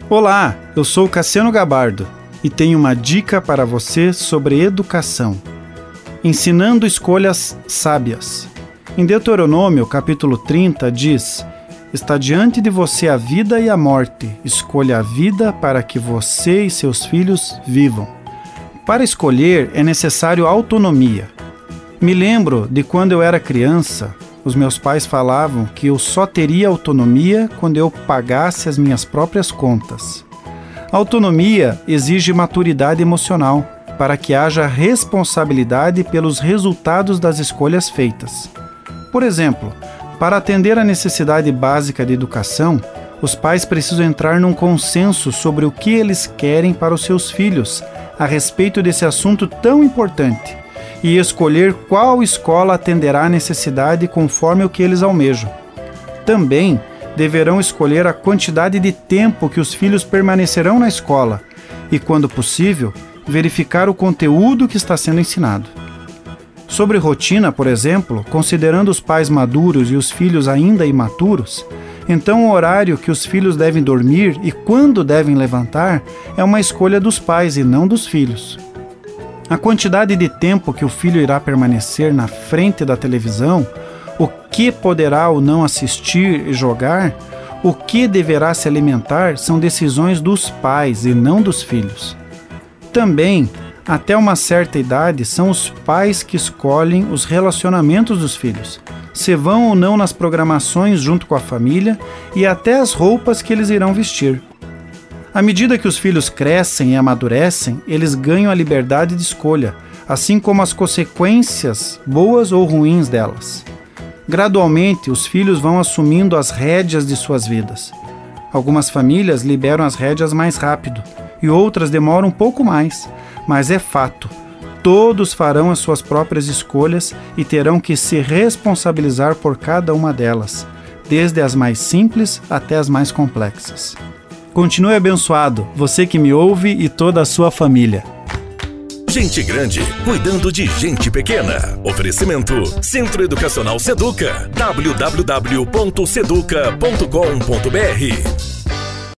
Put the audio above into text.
Olá, eu sou Cassiano Gabardo e tenho uma dica para você sobre educação. Ensinando escolhas sábias. Em Deuteronômio, capítulo 30, diz: está diante de você a vida e a morte. Escolha a vida para que você e seus filhos vivam. Para escolher é necessário autonomia. Me lembro de quando eu era criança, os meus pais falavam que eu só teria autonomia quando eu pagasse as minhas próprias contas. A autonomia exige maturidade emocional para que haja responsabilidade pelos resultados das escolhas feitas. Por exemplo, para atender à necessidade básica de educação, os pais precisam entrar num consenso sobre o que eles querem para os seus filhos a respeito desse assunto tão importante e escolher qual escola atenderá à necessidade conforme o que eles almejam. Também deverão escolher a quantidade de tempo que os filhos permanecerão na escola e, quando possível, verificar o conteúdo que está sendo ensinado. Sobre rotina, por exemplo, considerando os pais maduros e os filhos ainda imaturos, então o horário que os filhos devem dormir e quando devem levantar é uma escolha dos pais e não dos filhos. A quantidade de tempo que o filho irá permanecer na frente da televisão, o que poderá ou não assistir e jogar, o que deverá se alimentar são decisões dos pais e não dos filhos. Também, até uma certa idade, são os pais que escolhem os relacionamentos dos filhos, se vão ou não nas programações junto com a família e até as roupas que eles irão vestir. À medida que os filhos crescem e amadurecem, eles ganham a liberdade de escolha, assim como as consequências, boas ou ruins delas. Gradualmente, os filhos vão assumindo as rédeas de suas vidas. Algumas famílias liberam as rédeas mais rápido e outras demoram um pouco mais, mas é fato, todos farão as suas próprias escolhas e terão que se responsabilizar por cada uma delas, desde as mais simples até as mais complexas. Continue abençoado, você que me ouve e toda a sua família. Gente grande, cuidando de gente pequena. Oferecimento Centro Educacional Seduca. www.seduca.com.br